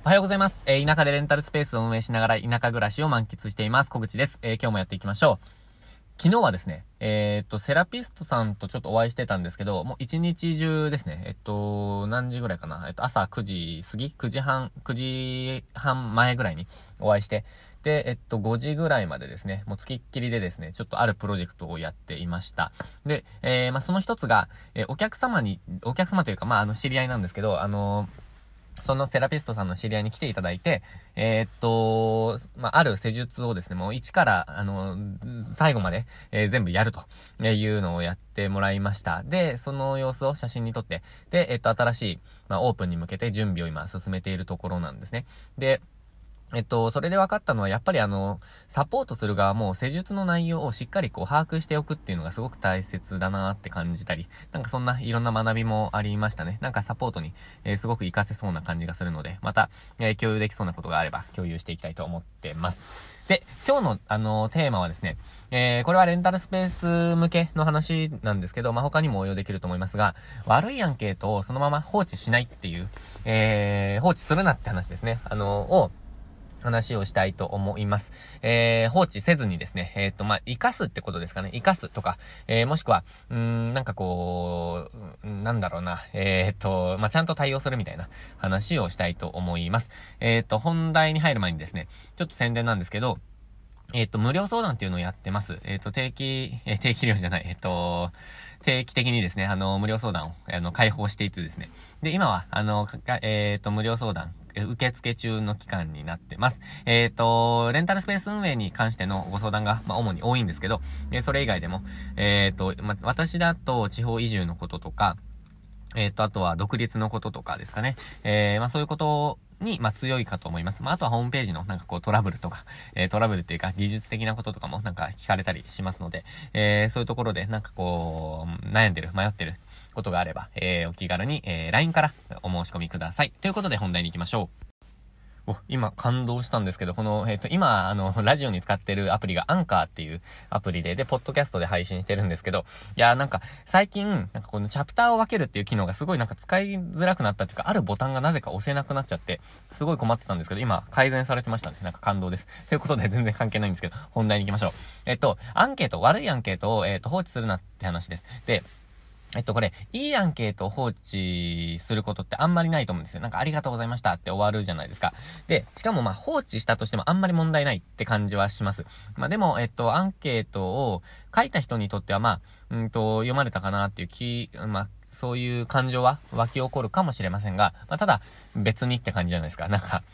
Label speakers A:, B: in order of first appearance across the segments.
A: おはようございます。田舎でレンタルスペースを運営しながら田舎暮らしを満喫しています。小口です。今日もやっていきましょう。昨日はですね、セラピストさんとちょっとお会いしてたんですけど、もう一日中ですね、何時ぐらいかな、朝9時過ぎ ?9 時半、9時半前ぐらいにお会いして、で、5時ぐらいまでですね、もう付きっきりでですね、ちょっとあるプロジェクトをやっていました。で、その一つが、お客様というか、知り合いなんですけど、そのセラピストさんの知り合いに来ていただいて、ある施術をですね、もう一から、最後まで、全部やるというのをやってもらいました。で、その様子を写真に撮って、で、新しい、オープンに向けて準備を今進めているところなんですね。で、それで分かったのは、やっぱりサポートする側も施術の内容をしっかり把握しておくっていうのがすごく大切だなって感じたり、なんかそんないろんな学びもありましたね。なんかサポートに、すごく活かせそうな感じがするので、また、共有できそうなことがあれば共有していきたいと思ってます。で、今日のテーマはですね、これはレンタルスペース向けの話なんですけど、他にも応用できると思いますが、悪いアンケートをそのまま放置しないっていう、放置するなって話ですね。話をしたいと思います。放置せずにですね、活かすってことですかね。活かすとか、もしくは、なんかこう、なんだろうな、ちゃんと対応するみたいな話をしたいと思います。本題に入る前にですね、ちょっと宣伝なんですけど、無料相談っていうのをやってます。定期料じゃない、定期的にですね、無料相談を、開放していてですね。で、今は、無料相談、受付中の期間になってます。レンタルスペース運営に関してのご相談が、主に多いんですけど、それ以外でも、私だと地方移住のこととか、あとは独立のこととかですかね。そういうことに、強いかと思います。あとはホームページのトラブルとか、トラブルっていうか技術的なこととかも聞かれたりしますので、そういうところで悩んでる、迷ってることがあれば、お気軽に、LINE からお申し込みください。ということで本題に行きましょう。今感動したんですけど、今、ラジオに使ってるアプリがアンカーっていうアプリで、ポッドキャストで配信してるんですけど、いや、最近、このチャプターを分けるっていう機能がすごい使いづらくなったっていうか、あるボタンがなぜか押せなくなっちゃって、すごい困ってたんですけど、今、改善されてましたね。感動です。ということで、全然関係ないんですけど、本題に行きましょう。悪いアンケートを、放置するなって話です。で、これ、いいアンケートを放置することってあんまりないと思うんですよ。ありがとうございましたって終わるじゃないですか。で、しかも放置したとしてもあんまり問題ないって感じはします。でも、アンケートを書いた人にとっては読まれたかなっていうそういう感情は湧き起こるかもしれませんが、ただ、別にって感じじゃないですか。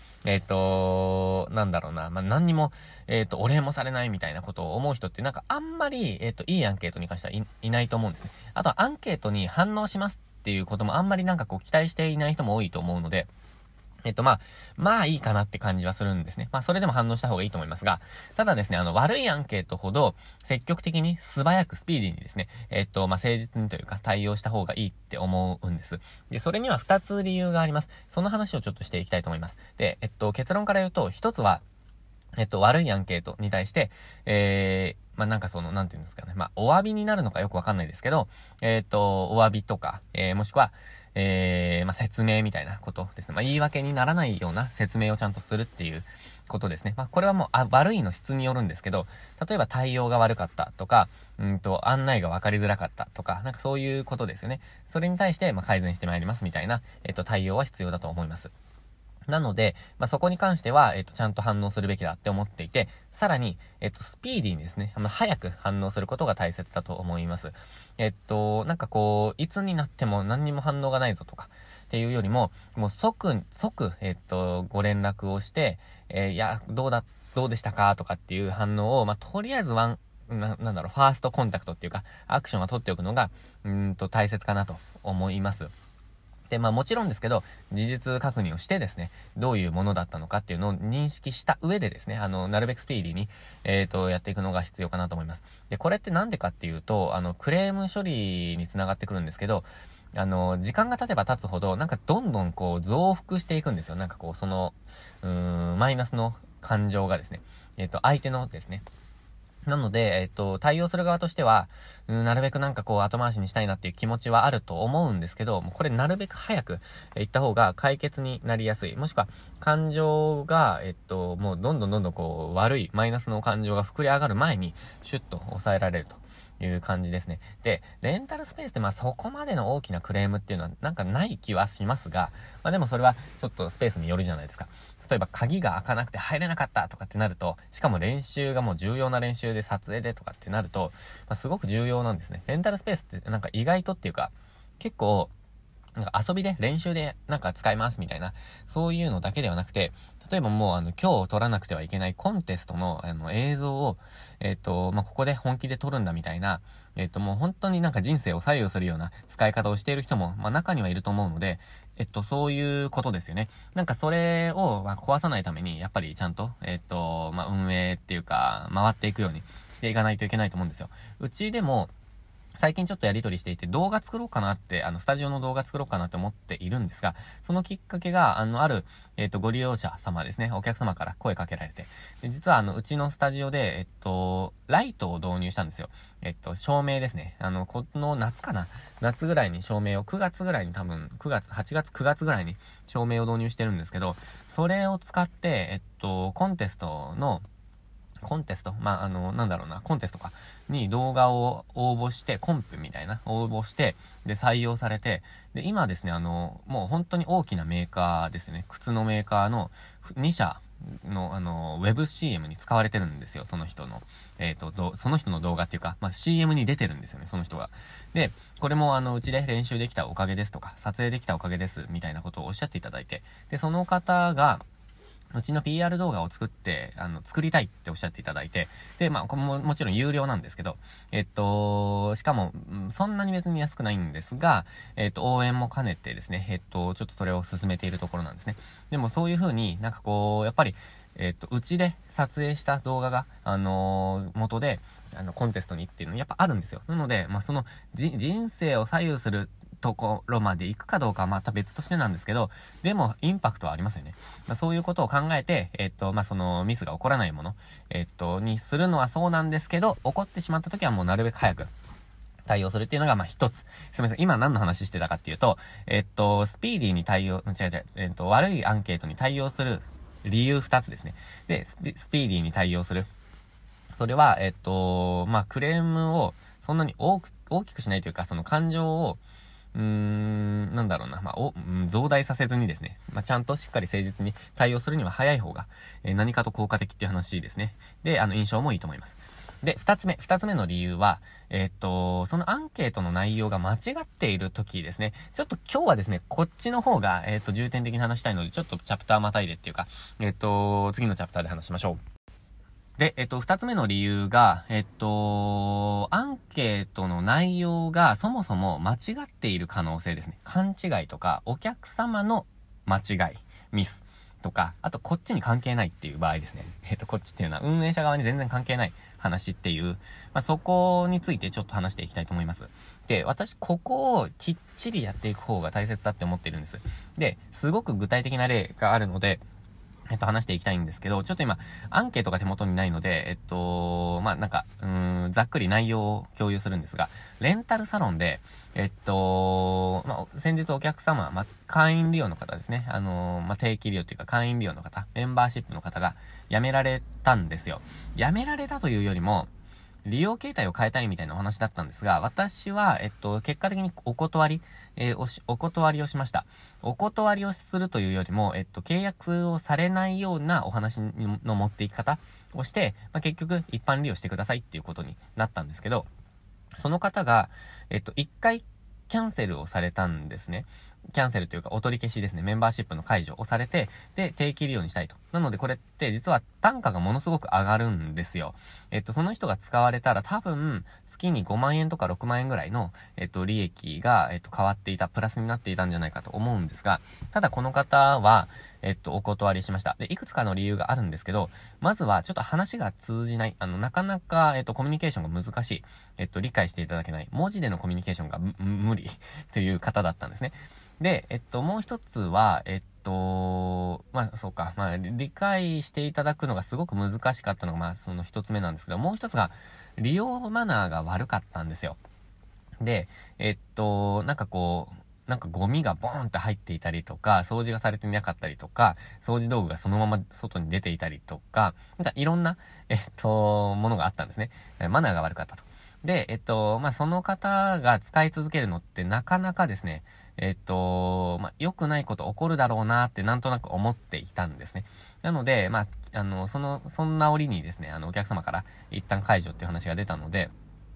A: なんだろうな。何にも、お礼もされないみたいなことを思う人ってあんまり、いいアンケートに関してはいないと思うんですね。あとはアンケートに反応しますっていうこともあんまり期待していない人も多いと思うので、いいかなって感じはするんですね。それでも反応した方がいいと思いますが、ただですね、悪いアンケートほど積極的に素早くスピーディーにですね、誠実にというか対応した方がいいって思うんです。で、それには2つ理由があります。その話をちょっとしていきたいと思います。で、結論から言うと、1つは、悪いアンケートに対して、なんていうんですかね。お詫びになるのかよくわかんないですけど、お詫びとか、もしくは、説明みたいなことですね。言い訳にならないような説明をちゃんとするっていうことですね。これはもう、悪いの質によるんですけど、例えば対応が悪かったとか、案内が分かりづらかったとか、そういうことですよね。それに対して、改善してまいりますみたいな、対応は必要だと思います。なので、そこに関しては、ちゃんと反応するべきだって思っていて、さらに、スピーディーにですね、早く反応することが大切だと思います。いつになっても何にも反応がないぞとか、っていうよりも、もう即、ご連絡をして、いや、どうでしたかとかっていう反応を、とりあえずファーストコンタクトっていうか、アクションは取っておくのが、大切かなと思います。で、もちろんですけど、事実確認をしてですね、どういうものだったのかっていうのを認識した上でですね、なるべくスピーディーに、やっていくのが必要かなと思います。で、これってなんでかっていうと、クレーム処理につながってくるんですけど、時間が経てば経つほど、どんどん増幅していくんですよ。マイナスの感情がですね、相手のですね、 なので、対応する側としては、なるべくなんかこう後回しにしたいなっていう気持ちはあると思うんですけど、もうこれなるべく早く行った方が解決になりやすい。もしくは、感情が、もうどんどんこう悪い、マイナスの感情が膨れ上がる前に、シュッと抑えられるという感じですね。で、レンタルスペースってそこまでの大きなクレームっていうのはなんかない気はしますが、でもそれはちょっとスペースによるじゃないですか。例えば鍵が開かなくて入れなかったとかってなると、しかも練習がもう重要な練習で撮影でとかってなると、すごく重要なんですね。レンタルスペースってなんか意外とっていうか、結構、なんか遊びで練習でなんか使いますみたいな、そういうのだけではなくて、例えばもう今日撮らなくてはいけないコンテストの映像を、ここで本気で撮るんだみたいな、もう本当になんか人生を左右するような使い方をしている人も、中にはいると思うので、そういうことですよね。なんかそれを、壊さないために、やっぱりちゃんと、運営っていうか、回っていくようにしていかないといけないと思うんですよ。うちでも、最近ちょっとやりとりしていて動画作ろうかなって、スタジオの動画作ろうかなって思っているんですが、そのきっかけが、ある、ご利用者様ですね、お客様から声かけられて、で実はうちのスタジオで、ライトを導入したんですよ。照明ですね。この夏かな夏ぐらいに照明を、9月ぐらいに多分、8月、9月ぐらいに照明を導入してるんですけど、それを使って、コンテストコンテストか、に動画を応募して、コンペみたいな、応募して、で、採用されて、で、今ですね、もう本当に大きなメーカーですよね。靴のメーカーの2社の、ウェブ CM に使われてるんですよ。その人の、その人の動画っていうか、CM に出てるんですよね、その人が。で、これもうちで練習できたおかげですとか、撮影できたおかげです、みたいなことをおっしゃっていただいて、で、その方が、うちの PR 動画を作って、作りたいっておっしゃっていただいて、で、これももちろん有料なんですけど、しかも、そんなに別に安くないんですが、応援も兼ねてですね、ちょっとそれを進めているところなんですね。でもそういう風になんかこう、やっぱり、うちで撮影した動画が、元で、コンテストにっていうのやっぱあるんですよ。なので、その、人生を左右するところまで行くかどうかはまた別としてなんですけど、でもインパクトはありますよね。そういうことを考えて、そのミスが起こらないもの、にするのはそうなんですけど、起こってしまった時はもうなるべく早く対応するっていうのが一つ。すみません。今何の話してたかっていうと、スピーディーに対応、悪いアンケートに対応する理由二つですね。で、スピーディーに対応する。それは、クレームをそんなに大きくしないというか、その感情を、増大させずにですね、ちゃんとしっかり誠実に対応するには早い方が、何かと効果的っていう話ですね。で、印象もいいと思います。で、二つ目の理由は、そのアンケートの内容が間違っている時ですね。ちょっと今日はですね、こっちの方が、重点的に話したいので、ちょっとチャプターまたいでっていうか、次のチャプターで話しましょう。で、二つ目の理由が、アンケートの内容がそもそも間違っている可能性ですね。勘違いとか、お客様の間違い、ミスとか、あとこっちに関係ないっていう場合ですね。こっちっていうのは運営者側に全然関係ない話っていう、そこについてちょっと話していきたいと思います。で、私、ここをきっちりやっていく方が大切だって思っているんです。で、すごく具体的な例があるので、話していきたいんですけど、ちょっと今、アンケートが手元にないので、ざっくり内容を共有するんですが、レンタルサロンで、先日お客様、会員利用の方ですね、定期利用というか会員利用の方、メンバーシップの方が辞められたんですよ。辞められたというよりも、利用形態を変えたいみたいなお話だったんですが、私は、結果的にお断りをしました。お断りをするというよりも、契約をされないようなお話の持っていき方をして、結局、一般利用してくださいっていうことになったんですけど、その方が、一回キャンセルをされたんですね。キャンセルというかお取り消しですね。メンバーシップの解除をされて、で、定期利用にしたいと。なのでこれって実は単価がものすごく上がるんですよ。その人が使われたら多分、月に5万円とか6万円ぐらいの、利益が、変わっていた、プラスになっていたんじゃないかと思うんですが、ただこの方は、お断りしました。で、いくつかの理由があるんですけど、まずはちょっと話が通じない。なかなか、コミュニケーションが難しい。理解していただけない。文字でのコミュニケーションが無理という方だったんですね。で、もう一つは、 そうか。理解していただくのがすごく難しかったのが、その一つ目なんですけど、もう一つが、利用マナーが悪かったんですよ。で、なんかゴミがボーンって入っていたりとか、掃除がされていなかったりとか、掃除道具がそのまま外に出ていたりとか、なんかいろんな、ものがあったんですね。マナーが悪かったと。で、その方が使い続けるのってなかなかですね、良くないこと起こるだろうなってなんとなく思っていたんですね。なので、そんな折にですね、お客様から一旦解除っていう話が出たので、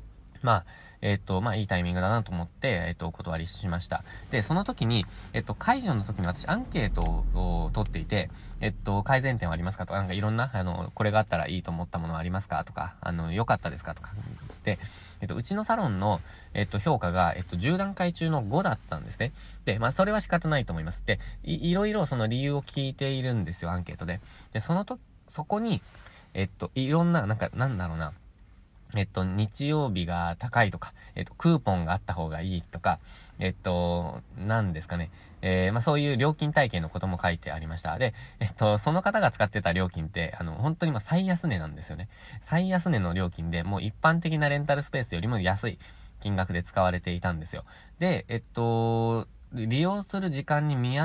A: いいタイミングだなと思って、お断りしました。で、その時に、解除の時に私アンケートを取っていて、改善点はありますかとか、なんかいろんな、これがあったらいいと思ったものはありますかとか、良かったですかとか、で、うちのサロンの、評価が、10段階中の5だったんですね。で、それは仕方ないと思います。で、いろいろその理由を聞いているんですよ、アンケートで。で、そこに、いろんな、なんだろうな、日曜日が高いとか、クーポンがあった方がいいとか、なんですかね。そういう料金体系のことも書いてありました。で、その方が使ってた料金って、本当に最安値なんですよね。最安値の料金で、もう一般的なレンタルスペースよりも安い金額で使われていたんですよ。で、利用する時間に見合った、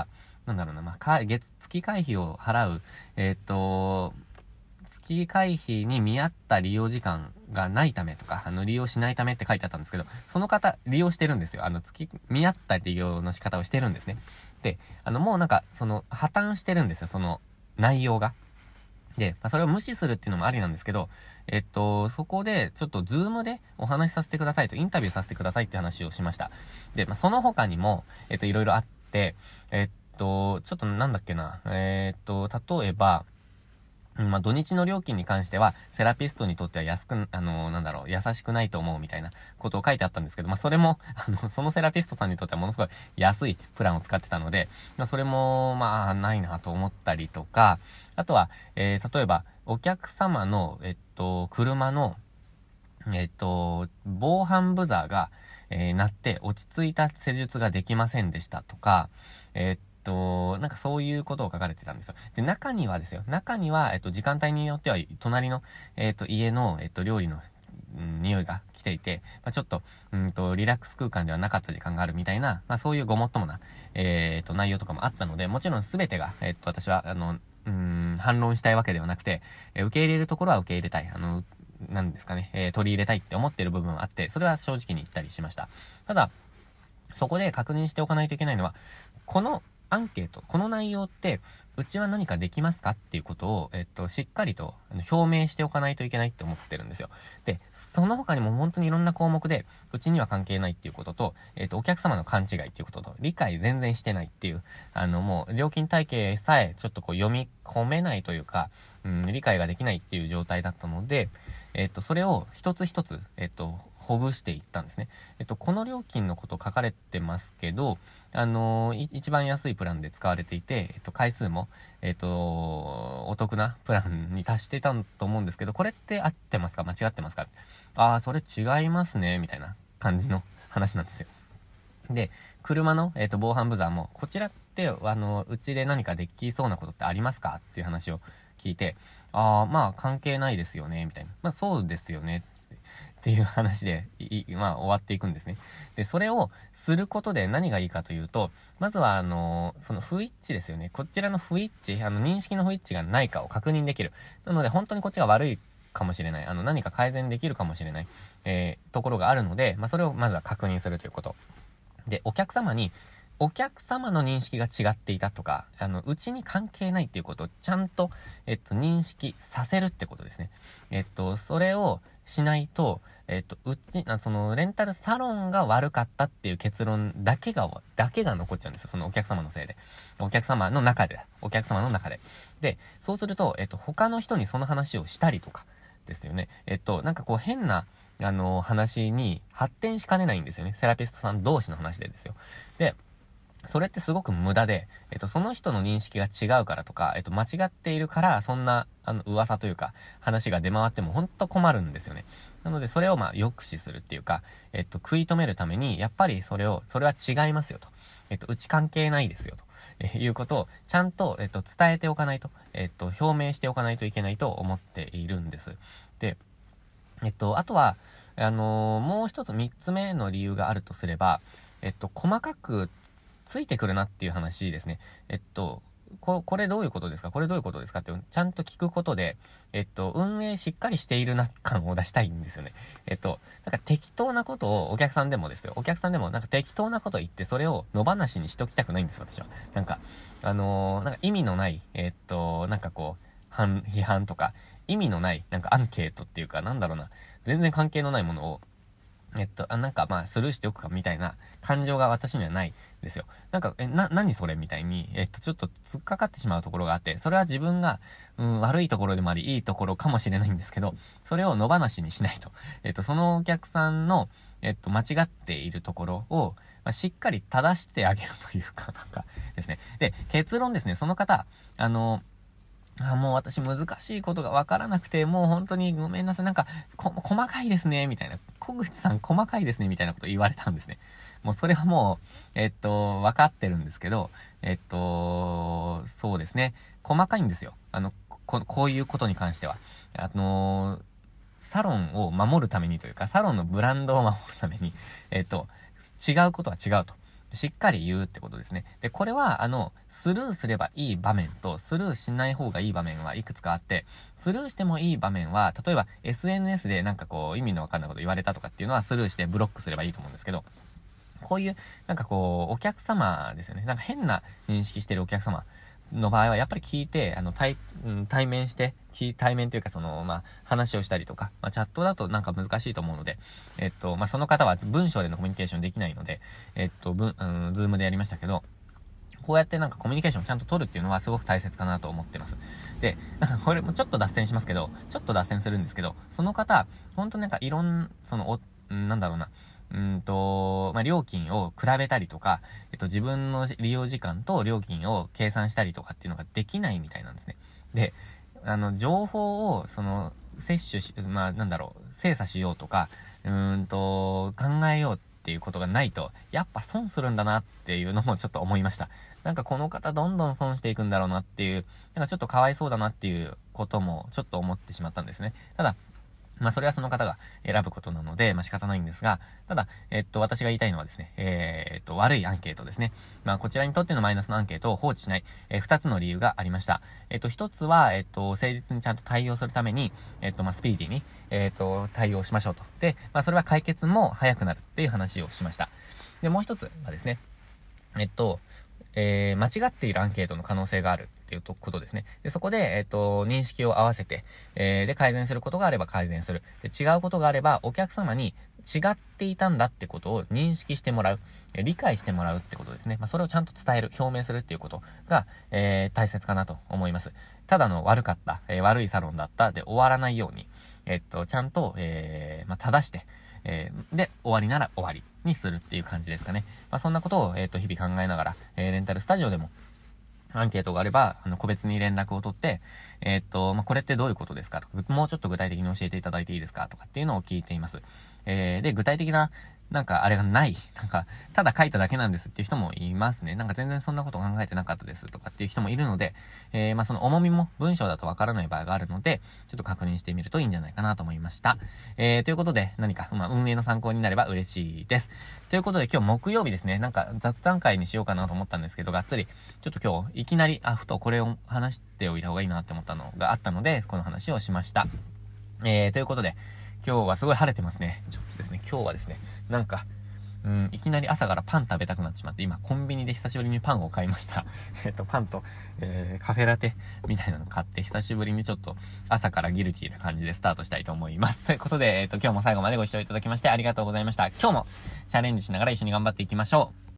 A: なんだろうな、月会費を払う、月会費に見合った利用時間がないためとか、利用しないためって書いてあったんですけど、その方、利用してるんですよ。見合った利用の仕方をしてるんですね。で、もう破綻してるんですよ、その内容が。で、それを無視するっていうのもありなんですけど、そこで、ちょっとズームでお話しさせてくださいと、インタビューさせてくださいって話をしました。で、その他にも、いろいろあって、ちょっとなんだっけな、例えば、土日の料金に関しては、セラピストにとっては優しくないと思うみたいなことを書いてあったんですけど、それも、そのセラピストさんにとってはものすごい安いプランを使ってたので、それも、ないなと思ったりとか、あとは、例えば、お客様の、車の、防犯ブザーが、鳴って落ち着いた施術ができませんでしたとか、そういうことを書かれてたんですよ。で、中には、時間帯によっては、隣の、家の、料理の、匂いが来ていて、ちょっと、リラックス空間ではなかった時間があるみたいな、そういうごもっともな、内容とかもあったので、もちろん全てが、私は、反論したいわけではなくて、受け入れるところは受け入れたい。なんですかね、取り入れたいって思ってる部分はあって、それは正直に言ったりしました。ただ、そこで確認しておかないといけないのは、このアンケート、この内容って、うちは何かできますかっていうことを、しっかりと表明しておかないといけないって思ってるんですよ。で、その他にも本当にいろんな項目で、うちには関係ないっていうことと、お客様の勘違いっていうことと、理解全然してないっていう、もう、料金体系さえちょっと読み込めないというか、理解ができないっていう状態だったので、それを一つ一つ、ほぐしていったんですね。この料金のこと書かれてますけど、一番安いプランで使われていて、回数も、お得なプランに達してたと思うんですけど、これって合ってますか間違ってますかそれ違いますね、みたいな感じの話なんですよ。で、車の、防犯ブザーも、こちらって、うちで何かできそうなことってありますかっていう話を聞いて、関係ないですよね、みたいな。そうですよね。っていう話で、終わっていくんですね。で、それをすることで何がいいかというと、まずは、その不一致ですよね。こちらの不一致、認識の不一致がないかを確認できる。なので、本当にこっちが悪いかもしれない。何か改善できるかもしれない、ところがあるので、それをまずは確認するということ。で、お客様の認識が違っていたとか、うちに関係ないっていうことをちゃんと、認識させるってことですね。それをしないと、その、レンタルサロンが悪かったっていう結論だけが残っちゃうんですよ。そのお客様のせいで。お客様の中で。で、そうすると、他の人にその話をしたりとか、ですよね。変な、話に発展しかねないんですよね。セラピストさん同士の話でですよ。で、それってすごく無駄で、その人の認識が違うからとか、間違っているから、そんな、噂というか、話が出回っても本当困るんですよね。なので、それを抑止するっていうか、食い止めるために、やっぱりそれは違いますよと。うち関係ないですよということをちゃんと、伝えておかないと、表明しておかないといけないと思っているんです。で、あとは、もう一つ三つ目の理由があるとすれば、細かくついてくるなっていう話ですね。これどういうことですか、これどういうことですかってちゃんと聞くことで、運営しっかりしているな感を出したいんですよね。なんか適当なことをお客さんでもですよ。お客さんでもなんか適当なこと言ってそれを野放しにしときたくないんですよ、私は。なんか、なんか意味のない、なんかこう、批判とか、意味のない、なんかアンケートっていうか、なんだろうな、全然関係のないものを、なんかまあスルーしておくかみたいな感情が私にはないですよ。なんか、何それみたいに、ちょっと突っかかってしまうところがあって、それは自分が、悪いところでもあり、いいところかもしれないんですけど、それを野放しにしないと。そのお客さんの、間違っているところを、しっかり正してあげるというか、なんかですね。で、結論ですね、その方、もう私難しいことがわからなくて、もう本当にごめんなさい。なんか、細かいですね、みたいな。小口さん細かいですね、みたいなこと言われたんですね。もうそれはもう、わかってるんですけど、そうですね。細かいんですよ。こういうことに関しては。サロンを守るためにというか、サロンのブランドを守るために、違うことは違うと。しっかり言うってことですね。で、これは、スルーすればいい場面と、スルーしない方がいい場面はいくつかあって、スルーしてもいい場面は、例えば SNS でなんかこう、意味のわかんないこと言われたとかっていうのはスルーしてブロックすればいいと思うんですけど、こういう、なんかこう、お客様ですよね。なんか変な認識してるお客様の場合は、やっぱり聞いて、対面して、対面というか話をしたりとか、チャットだとなんか難しいと思うので、その方は文章でのコミュニケーションできないので、ズームでやりましたけど、こうやってなんかコミュニケーションをちゃんと取るっていうのはすごく大切かなと思ってます。で、これもちょっと脱線しますけど、ちょっと脱線するんですけど、その方、ほんとなんかなんだろうな、料金を比べたりとか、自分の利用時間と料金を計算したりとかっていうのができないみたいなんですね。で、情報を、摂取し、精査しようとか、考えようっていうことがないと、やっぱ損するんだなっていうのもちょっと思いました。なんかこの方どんどん損していくんだろうなっていう、なんかちょっとかわいそうだなっていうこともちょっと思ってしまったんですね。ただ、それはその方が選ぶことなので、仕方ないんですが、ただ、私が言いたいのはですね、悪いアンケートですね。こちらにとってのマイナスのアンケートを放置しない、二つの理由がありました。一つは、誠実にちゃんと対応するために、スピーディーに、対応しましょうと。で、それは解決も早くなるっていう話をしました。で、もう一つはですね、間違っているアンケートの可能性があるっていうことですね。で、そこで、認識を合わせて、で、改善することがあれば改善する。で、違うことがあれば、お客様に違っていたんだってことを認識してもらう。理解してもらうってことですね。それをちゃんと伝える、表明するっていうことが、大切かなと思います。ただの悪かった、悪いサロンだったで終わらないように、ちゃんと、正して、で、終わりなら終わりにするっていう感じですかね。そんなことを、日々考えながら、レンタルスタジオでも、アンケートがあれば、個別に連絡を取って、これってどういうことですかとか、もうちょっと具体的に教えていただいていいですかとかっていうのを聞いています。で、具体的な、なんかあれがない。なんか、ただ書いただけなんですっていう人もいますね。なんか全然そんなこと考えてなかったですとかっていう人もいるので、その重みも文章だとわからない場合があるので、ちょっと確認してみるといいんじゃないかなと思いました。ということで、何か、運営の参考になれば嬉しいです。ということで今日木曜日ですね、なんか雑談会にしようかなと思ったんですけど、がっつり、ちょっと今日いきなり、ふとこれを話しておいた方がいいなって思ったのがあったので、この話をしました。ということで、今日はすごい晴れてますね。ちょっとですね、今日はですね、なんか、いきなり朝からパン食べたくなってしまって、今コンビニで久しぶりにパンを買いました。パンと、カフェラテみたいなの買って、久しぶりにちょっと朝からギルティーな感じでスタートしたいと思います。ということで、今日も最後までご視聴いただきましてありがとうございました。今日もチャレンジしながら一緒に頑張っていきましょう。